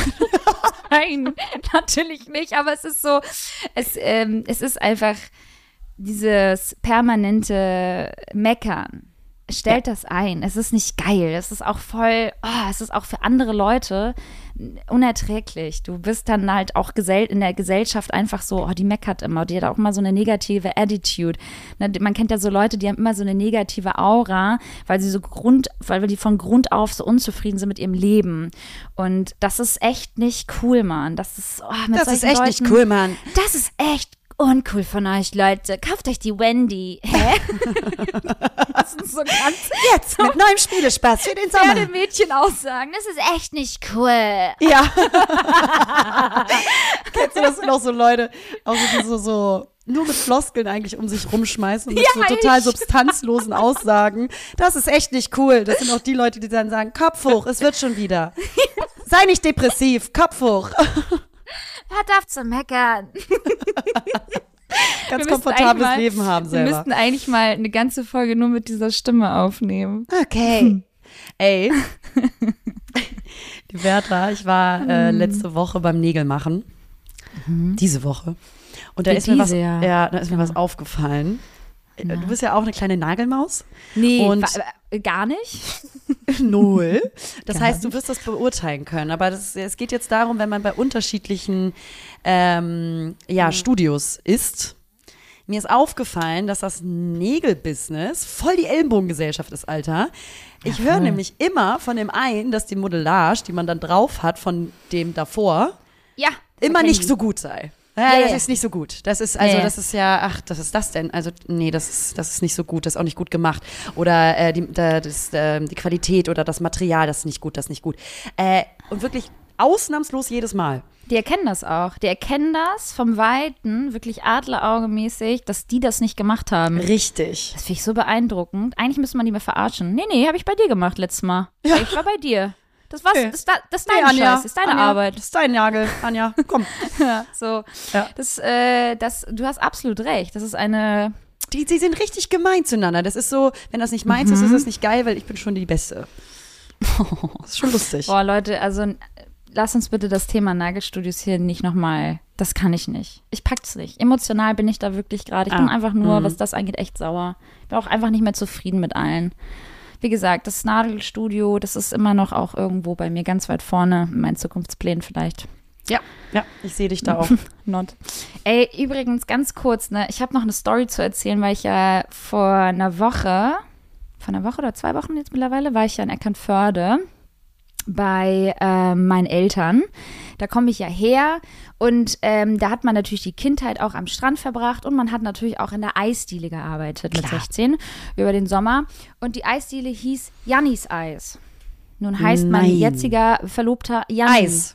B: Nein, natürlich nicht. Aber es ist so, es, ähm, es ist einfach dieses permanente Meckern. Stellt das ein. Es ist nicht geil. Es ist auch voll, oh, es ist auch für andere Leute unerträglich. Du bist dann halt auch gesell- in der Gesellschaft einfach so, oh, die meckert immer. Die hat auch immer so eine negative Attitude. Ne, man kennt ja so Leute, die haben immer so eine negative Aura, weil sie so Grund, weil die von Grund auf so unzufrieden sind mit ihrem Leben. Und das ist echt nicht cool, Mann. Das ist, oh, mit
A: Das ist
B: solchen
A: echt nicht
B: Leuten-
A: cool, Mann.
B: Das ist echt uncool von euch, Leute. Kauft euch die Wendy. Hä? Das ist so ganz
A: Jetzt mit neuem Spielespaß für den Sommer.
B: Pferdemädchen aussagen. Das ist echt nicht cool.
A: Ja. Kennst du das sind auch so Leute, auch so, die so, so nur mit Floskeln eigentlich um sich rumschmeißen und mit
B: Ja,
A: so total
B: ich.
A: substanzlosen Aussagen. Das ist echt nicht cool. Das sind auch die Leute, die dann sagen, Kopf hoch, es wird schon wieder. Sei nicht depressiv, Kopf hoch.
B: Hört auf zu meckern.
A: Ganz
B: Wir müssten
A: komfortables
B: eigentlich mal-
A: Leben haben
B: Wir
A: selber.
B: müssten eigentlich mal eine ganze Folge nur mit dieser Stimme aufnehmen.
A: Okay. Ey. Die Bertha, ich war äh, letzte Woche beim Nägelmachen. Diese Woche. Und da
B: Wie
A: ist mir was,
B: diese, ja.
A: ja, da ist mir
B: Genau.
A: was aufgefallen.
B: Na.
A: Du bist ja auch eine kleine Nagelmaus.
B: Nee,
A: Und-
B: wa- äh, gar nicht.
A: Null. Das
B: Gar
A: heißt, du wirst das beurteilen können. Aber das, es geht jetzt darum, wenn man bei unterschiedlichen ähm, ja, Studios ist. Mir ist aufgefallen, dass das Nägelbusiness voll die Ellenbogengesellschaft ist, Alter. Ich
B: Ja,
A: höre
B: voll.
A: nämlich immer von dem einen, dass die Modellage, die man dann drauf hat, von dem davor,
B: Ja.
A: immer
B: kenn
A: nicht
B: die.
A: so gut sei. Ja,
B: Ja,
A: das
B: ja.
A: ist nicht so gut. Das ist, also,
B: Ja, ja.
A: das ist ja, ach, das ist das denn? Also, nee, das ist, das ist nicht so gut, das ist auch nicht gut gemacht. Oder äh, die, da, das, äh, die Qualität oder das Material, das ist nicht gut, das ist nicht gut. Äh, und wirklich ausnahmslos jedes Mal.
B: Die erkennen das auch. Die erkennen das vom Weiten, wirklich Adleraugemäßig, dass die das nicht gemacht haben.
A: Richtig.
B: Das finde ich so beeindruckend. Eigentlich müsste man die mal verarschen. Nee, nee, habe ich bei dir gemacht letztes Mal. Ich war bei dir. Das war's.
A: Nee.
B: Das, ist da- das ist deine Scheiße, das ist deine
A: Anja,
B: Arbeit.
A: Das ist dein Nagel, Anja, komm.
B: Ja, so.
A: Ja.
B: Das, äh, das, du hast absolut recht. Das ist eine.
A: Die, die sind richtig gemein zueinander. Das ist so, wenn das nicht meins ist, ist es nicht geil, weil ich bin schon die Beste. Das ist schon lustig.
B: Boah, Leute, also äh, lass uns bitte das Thema Nagelstudios hier nicht nochmal. Das kann ich nicht. Ich pack's nicht. Emotional bin ich da wirklich gerade. Ich
A: Ah,
B: bin einfach nur,
A: mhm.
B: was das angeht, echt sauer. Ich bin auch einfach nicht mehr zufrieden mit allen. Wie gesagt, das Nagelstudio, das ist immer noch auch irgendwo bei mir ganz weit vorne in meinen Zukunftsplänen vielleicht.
A: Ja, ja, ich sehe dich da auch.
B: Not. Ey, übrigens ganz kurz, ne, ich habe noch eine Story zu erzählen, weil ich ja vor einer Woche, vor einer Woche oder zwei Wochen jetzt mittlerweile, war ich ja in Eckernförde bei äh, meinen Eltern. Da komme ich ja her und ähm, da hat man natürlich die Kindheit auch am Strand verbracht und man hat natürlich auch in der Eisdiele gearbeitet mit
A: Klar.
B: sechzehn über den Sommer. Und die Eisdiele hieß Jannis Eis. Nun heißt mein
A: Nein.
B: jetziger Verlobter Janni.
A: Eis.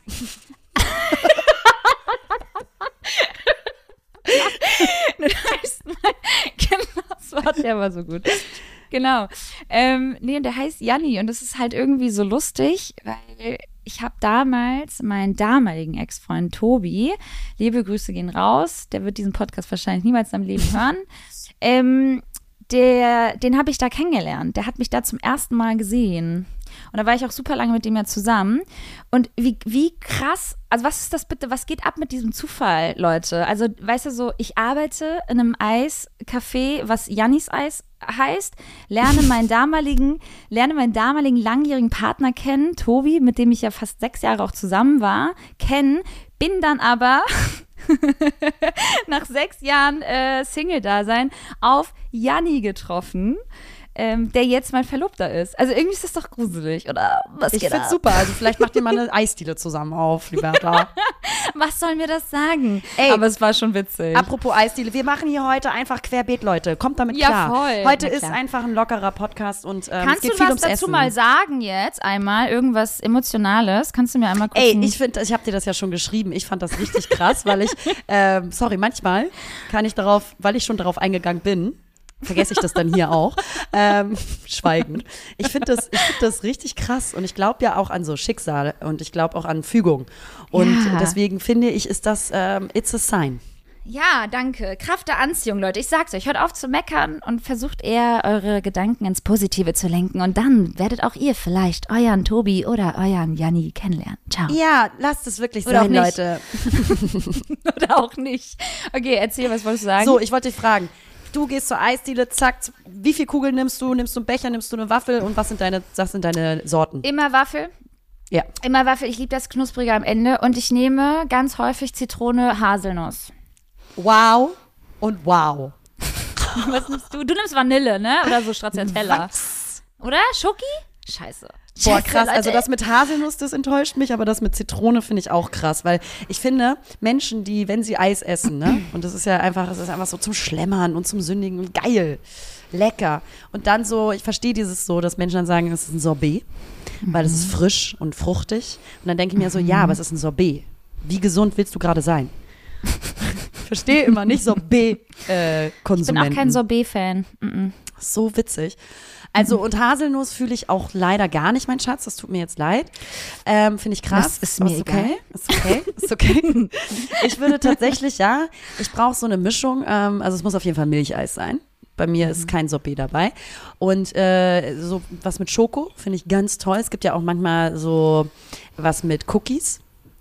B: Nun heißt mein, genau, das Wort, der war so gut. Genau. Ähm, nee, und der heißt Janni und das ist halt irgendwie so lustig, weil ich habe damals meinen damaligen Ex-Freund Tobi, liebe Grüße gehen raus, der wird diesen Podcast wahrscheinlich niemals in seinem Leben hören, ähm, der, den habe ich da kennengelernt. Der hat mich da zum ersten Mal gesehen. Und da war ich auch super lange mit dem ja zusammen. Und wie, wie krass, also was ist das bitte, was geht ab mit diesem Zufall, Leute? Also, weißt du so, ich arbeite in einem Eiscafé, was Jannis Eis heißt, lerne meinen damaligen, lerne meinen damaligen langjährigen Partner kennen, Tobi, mit dem ich ja fast sechs Jahre auch zusammen war, kennen, bin dann aber nach sechs Jahren äh, Single-Dasein auf Janni getroffen, ähm, der jetzt mein Verlobter ist. Also irgendwie ist das doch gruselig, oder? Was
A: Ich
B: geht
A: find's
B: ab?
A: super. Also vielleicht macht ihr mal eine Eisdiele zusammen auf, Liberta.
B: Was soll mir das sagen?
A: Ey,
B: aber es war schon witzig.
A: Apropos Eisdiele, wir machen hier heute einfach querbeet, Leute. Kommt damit
B: Ja,
A: klar.
B: voll.
A: Heute
B: Na
A: ist
B: klar.
A: einfach ein lockerer Podcast und ähm, es
B: Kannst
A: geht
B: du
A: viel
B: was
A: ums
B: dazu
A: Essen.
B: mal sagen jetzt einmal? Irgendwas Emotionales? Kannst du mir einmal kurz
A: Ey,
B: ein-
A: ich finde, ich habe dir das ja schon geschrieben. Ich fand das richtig krass, weil ich, ähm, sorry, manchmal kann ich darauf, weil ich schon darauf eingegangen bin, vergesse ich das dann hier auch, ähm, schweigend. Ich finde das, ich find das richtig krass und ich glaube ja auch an so Schicksal und ich glaube auch an Fügung. Und
B: Ja.
A: deswegen finde ich, ist das, ähm, it's a sign.
B: Ja, danke. Kraft der Anziehung, Leute. Ich sag's euch, hört auf zu meckern und versucht eher eure Gedanken ins Positive zu lenken. Und dann werdet auch ihr vielleicht euren Tobi oder euren Janni kennenlernen. Ciao.
A: Ja, lasst es wirklich
B: Oder
A: sein,
B: auch nicht.
A: Leute.
B: Oder auch nicht. Okay, erzähl, was wolltest du sagen?
A: So, ich wollte dich fragen. Du gehst zur Eisdiele, zack, wie viel Kugeln nimmst du? Nimmst du einen Becher, nimmst du eine Waffel und was sind deine, was sind deine Sorten?
B: Immer Waffel.
A: Ja.
B: Immer Waffel. Ich liebe das Knusprige am Ende. Und ich nehme ganz häufig Zitrone, Haselnuss.
A: Wow und wow.
B: Was nimmst du? Du nimmst Vanille, ne? Oder so Stracciatella.
A: Was?
B: Oder? Schoki? Scheiße.
A: Boah,
B: Scheiße,
A: krass. Also
B: Leute.
A: das mit Haselnuss, das enttäuscht mich, aber das mit Zitrone finde ich auch krass, weil ich finde, Menschen, die, wenn sie Eis essen, ne, und das ist ja einfach, es ist einfach so zum Schlemmern und zum Sündigen und geil, lecker. Und dann so, ich verstehe dieses so, dass Menschen dann sagen, es ist ein Sorbet, weil es ist frisch und fruchtig. Und dann denke ich mir so, ja, aber es ist ein Sorbet. Wie gesund willst du gerade sein? Ich verstehe immer nicht Sorbet-Konsumenten.
B: Ich bin auch kein Sorbet-Fan. Mm-mm.
A: So witzig. Also und Haselnuss fühle ich auch leider gar nicht, mein Schatz. Das tut mir jetzt leid. Ähm, Finde ich krass.
B: Das ist
A: Aber
B: mir
A: okay. Ist okay. Ist okay. Ich würde tatsächlich, ja, ich brauche so eine Mischung. Ähm, also es muss auf jeden Fall Milcheis sein. Bei mir ist kein Sorbet dabei. Und äh, so was mit Schoko finde ich ganz toll. Es gibt ja auch manchmal so was mit Cookies.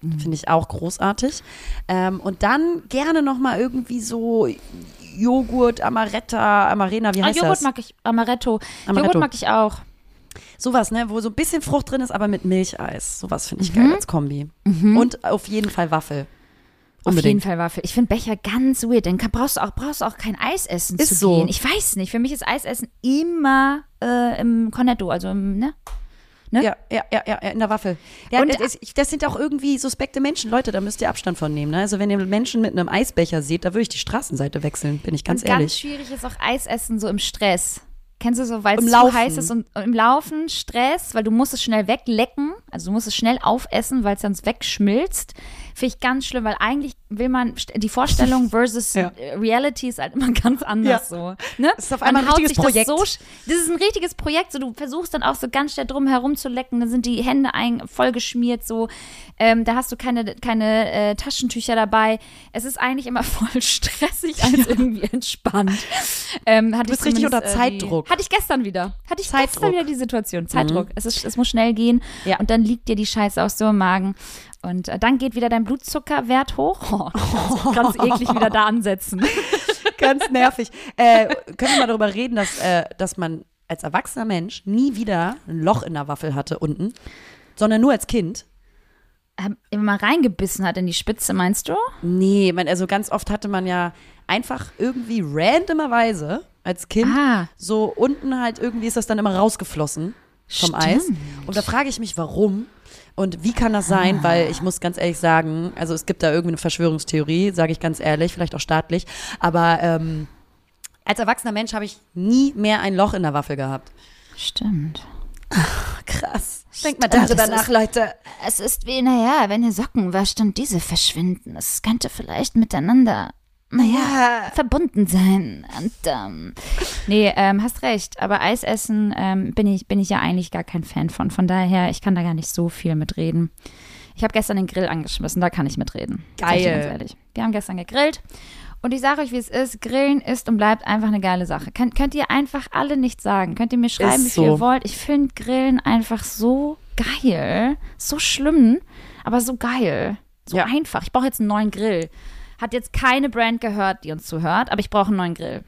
A: Finde ich auch großartig. Ähm, und dann gerne nochmal irgendwie so Joghurt, Amaretta, Amarena, wie heißt
B: ah, Joghurt
A: das?
B: mag ich, Amaretto.
A: Amaretto.
B: Joghurt mag ich auch.
A: Sowas, ne, wo so ein bisschen Frucht drin ist, aber mit Milcheis. Sowas finde ich
B: Mhm.
A: geil als Kombi.
B: Mhm.
A: Und auf jeden Fall Waffel.
B: Auf jeden
A: Unbedingt.
B: Fall Waffel. Ich finde Becher ganz weird. Dann kann, brauchst, du auch, brauchst du auch kein Eis essen
A: Ist
B: zu
A: so.
B: gehen. Ich weiß nicht. Für mich ist Eisessen immer äh, im Cornetto, also im, ne? Ne?
A: Ja, ja, ja, ja, in der Waffel. Ja,
B: Und-
A: das, ist, das sind auch irgendwie suspekte Menschen. Leute, da müsst ihr Abstand von nehmen. Ne? Also wenn ihr Menschen mit einem Eisbecher seht, da würde ich die Straßenseite wechseln, bin ich ganz
B: und
A: ehrlich.
B: ganz schwierig ist auch Eisessen so im Stress. Kennst du so, weil
A: Im
B: es zu
A: Laufen.
B: heiß ist und, und im Laufen Stress, weil du musst es schnell weglecken, also du musst es schnell aufessen, weil es sonst wegschmilzt. Finde ich ganz schlimm, weil eigentlich will man, die Vorstellung versus
A: Ja.
B: Reality ist halt immer ganz anders so. Ne?
A: Es ist auf einmal ein
B: haut
A: richtiges
B: sich
A: Projekt.
B: Das, so, das ist ein richtiges Projekt, so du versuchst dann auch so ganz schnell drum herum zu lecken, dann sind die Hände ein, voll geschmiert, so. Ähm, da hast du keine, keine äh, Taschentücher dabei. Es ist eigentlich immer voll stressig als irgendwie entspannt. Ähm, hatte
A: Du bist
B: ich
A: richtig
B: zumindest,
A: unter
B: äh, die-
A: Zeitdruck.
B: Hatte ich gestern wieder. Hatte ich
A: Zeitdruck.
B: gestern wieder die Situation. Zeitdruck. Es, ist, es muss schnell gehen
A: Ja.
B: und dann liegt dir die Scheiße auch so im Magen. Und äh, dann geht wieder dein Blutzuckerwert hoch. Oh, ganz, ganz eklig wieder da ansetzen.
A: Ganz nervig. Äh, können wir mal darüber reden, dass, äh, dass man als erwachsener Mensch nie wieder ein Loch in der Waffel hatte unten, sondern nur als Kind?
B: Ähm, Immer mal reingebissen hat in die Spitze, meinst du?
A: Nee, man, also ganz oft hatte man ja einfach irgendwie randomerweise als Kind
B: Ah.
A: so unten halt irgendwie ist das dann immer rausgeflossen vom
B: Stimmt.
A: Eis. Und da frage ich mich, warum? Und wie kann das sein?
B: Ah.
A: Weil ich muss ganz ehrlich sagen, also es gibt da irgendwie eine Verschwörungstheorie, sage ich ganz ehrlich, vielleicht auch staatlich, aber ähm, als erwachsener Mensch habe ich nie mehr ein Loch in der Waffel gehabt.
B: Stimmt.
A: Krass. Denkt mal
B: Stimmt,
A: darüber
B: das
A: nach,
B: ist-
A: Leute.
B: Es ist wie, naja, wenn ihr Socken wascht und diese verschwinden. Es könnte vielleicht miteinander, naja, verbunden sein. Und, ähm, nee, ähm, hast recht. Aber Eisessen ähm, bin ich, bin ich ja eigentlich gar kein Fan von. Von daher, ich kann da gar nicht so viel mitreden. Ich habe gestern den Grill angeschmissen, da kann ich mitreden. Sag ich dir
A: Geil.
B: Ganz ehrlich. Wir haben gestern gegrillt. Und ich sage euch, wie es ist, Grillen ist und bleibt einfach eine geile Sache. Könnt, könnt ihr einfach alle nicht sagen. Könnt ihr mir schreiben,
A: Ist
B: wie viel
A: so.
B: ihr wollt. Ich finde Grillen einfach so geil. So schlimm, aber so geil. So
A: Ja.
B: einfach. Ich brauche jetzt einen neuen Grill. Hat jetzt keine Brand gehört, die uns zuhört, aber ich brauche einen neuen Grill.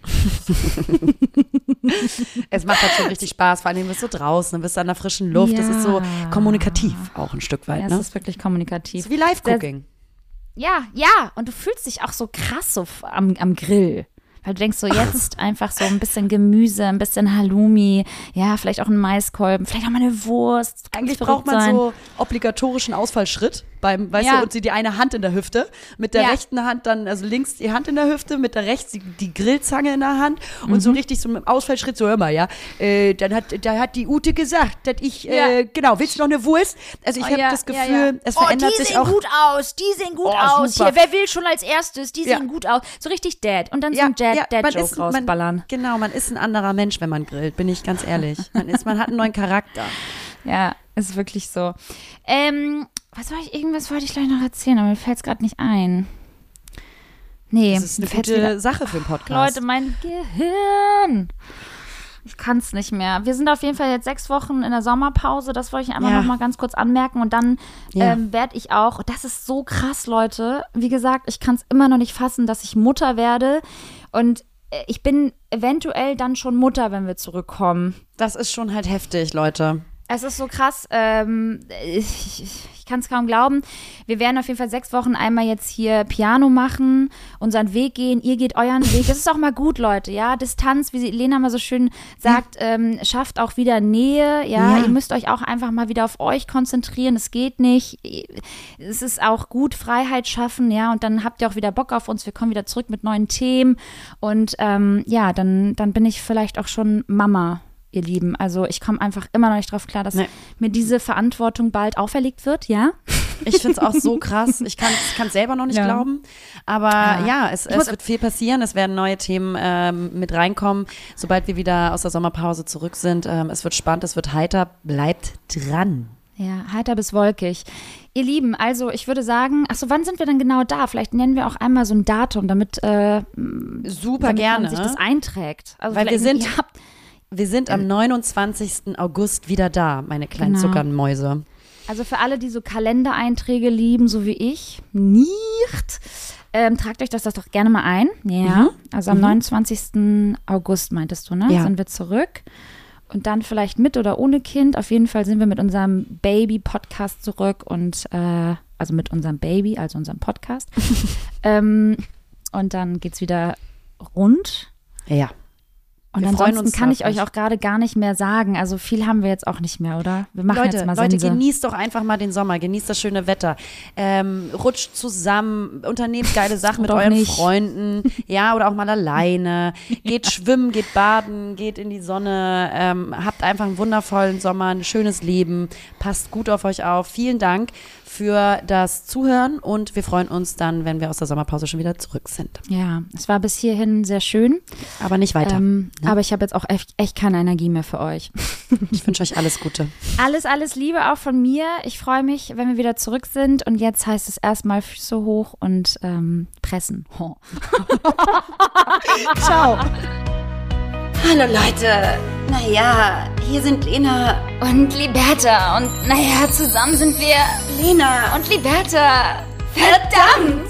A: Es macht halt schon richtig Spaß, vor allem du bist so draußen, du bist an der frischen Luft, das ist so
B: Ja.
A: kommunikativ auch ein Stück weit,
B: Ja,
A: ne?
B: es ist wirklich kommunikativ.
A: So wie Live-Cooking.
B: Ja, ja, und du fühlst dich auch so krass so f- am, am Grill. Weil du denkst so, jetzt ist einfach so ein bisschen Gemüse, ein bisschen Halloumi, ja, vielleicht auch ein Maiskolben, vielleicht auch mal eine Wurst. Kann
A: Eigentlich
B: verrückt
A: braucht man
B: sein.
A: so obligatorischen Ausfallschritt beim, weißt
B: Ja.
A: du, und sie die eine Hand in der Hüfte, mit der
B: Ja.
A: rechten Hand dann, also links die Hand in der Hüfte, mit der rechts die, die Grillzange in der Hand und
B: Mhm.
A: so richtig so mit dem Ausfallschritt, so hör mal, ja, äh, dann hat, da hat die Ute gesagt, dass ich, äh,
B: Ja.
A: genau, willst du noch eine Wurst? Also ich
B: Oh,
A: habe
B: ja,
A: das
B: ja,
A: Gefühl,
B: ja.
A: es verändert
B: oh, die
A: sich
B: sehen
A: auch.
B: gut aus, die sehen gut
A: Oh,
B: aus.
A: super.
B: Hier, wer will schon als erstes? Die
A: Ja.
B: sehen gut aus. So richtig Dad. Und dann so
A: Ja,
B: ein Dad,
A: ja,
B: Dad
A: man
B: Joke
A: ist- man-
B: rausballern.
A: Genau, man ist ein anderer Mensch, wenn man grillt, bin ich ganz ehrlich. Man, ist, man hat einen neuen Charakter.
B: Ja, ist wirklich so. Ähm, was soll ich, irgendwas wollte ich gleich noch erzählen, aber mir fällt es gerade nicht ein. Nee,
A: Das ist eine
B: mir fällt's
A: gute
B: wieder-
A: Sache für einen Podcast.
B: Leute, mein Gehirn. Ich kann es nicht mehr. Wir sind auf jeden Fall jetzt sechs Wochen in der Sommerpause. Das wollte ich einmal
A: Ja.
B: noch mal ganz kurz anmerken. Und dann
A: Ja.
B: ähm, werde ich auch, das ist so krass, Leute. Wie gesagt, ich kann es immer noch nicht fassen, dass ich Mutter werde. Und äh, ich bin eventuell dann schon Mutter, wenn wir zurückkommen.
A: Das ist schon halt heftig, Leute.
B: Es ist so krass, ähm, ich, ich, ich kann es kaum glauben. Wir werden auf jeden Fall sechs Wochen einmal jetzt hier Piano machen, unseren Weg gehen, ihr geht euren Weg. Das ist auch mal gut, Leute, ja. Distanz, wie sie Lena mal so schön sagt, ähm, schafft auch wieder Nähe, ja?
A: Ja.
B: Ihr müsst euch auch einfach mal wieder auf euch konzentrieren, es geht nicht. Es ist auch gut, Freiheit schaffen, ja, und dann habt ihr auch wieder Bock auf uns, wir kommen wieder zurück mit neuen Themen und ähm, ja, dann, dann bin ich vielleicht auch schon Mama. Ihr Lieben, also ich komme einfach immer noch nicht drauf klar, dass
A: Nee.
B: mir diese Verantwortung bald auferlegt wird, ja?
A: Ich finde es auch so krass. Ich kann es selber noch nicht
B: Ja.
A: glauben. Aber
B: Ah.
A: ja, es,
B: muss-
A: es wird viel passieren. Es werden neue Themen ähm, mit reinkommen, sobald wir wieder aus der Sommerpause zurück sind. Ähm, es wird spannend, es wird heiter. Bleibt dran.
B: Ja, heiter bis wolkig. Ihr Lieben, also ich würde sagen, achso, wann sind wir denn genau da? Vielleicht nennen wir auch einmal so ein Datum, damit, äh,
A: Super
B: damit
A: gerne.
B: man sich das einträgt. Also
A: Weil wir
B: vielleicht-
A: sind-
B: ihr habt,
A: Wir sind am neunundzwanzigsten August wieder da, meine kleinen
B: Genau.
A: Zuckermäuse.
B: Also für alle, die so Kalendereinträge lieben, so wie ich, nicht, ähm, tragt euch das, das doch gerne mal ein. Ja, mhm. also am mhm. neunundzwanzigsten August meintest du, ne? Ja. Sind wir zurück. Und dann vielleicht mit oder ohne Kind. Auf jeden Fall sind wir mit unserem Baby-Podcast zurück und äh, also mit unserem Baby, also unserem Podcast. ähm, und dann geht's wieder rund.
A: Ja.
B: Und wir ansonsten kann ich euch auch gerade gar nicht mehr sagen. Also viel haben wir jetzt auch nicht mehr, oder? Wir machen
A: Leute,
B: jetzt mal
A: Leute,
B: Sense.
A: Genießt doch einfach mal den Sommer, genießt das schöne Wetter. Ähm, rutscht zusammen, unternehmt geile Sachen mit euren nicht. Freunden. Ja, oder auch mal alleine. Geht schwimmen, geht baden, geht in die Sonne. Ähm, habt einfach einen wundervollen Sommer, ein schönes Leben. Passt gut auf euch auf. Vielen Dank für das Zuhören und wir freuen uns dann, wenn wir aus der Sommerpause schon wieder zurück sind.
B: Ja, es war bis hierhin sehr schön.
A: Aber nicht weiter.
B: Ähm, ne? Aber ich habe jetzt auch echt, echt keine Energie mehr für euch.
A: Ich wünsche euch alles Gute.
B: Alles, alles Liebe auch von mir. Ich freue mich, wenn wir wieder zurück sind und jetzt heißt es erstmal Füße hoch und ähm, pressen. Oh.
A: Ciao.
C: Hallo Leute, naja, hier sind Lena
B: und Liberta und naja, zusammen sind wir
C: Lena
B: und Liberta. Verdammt!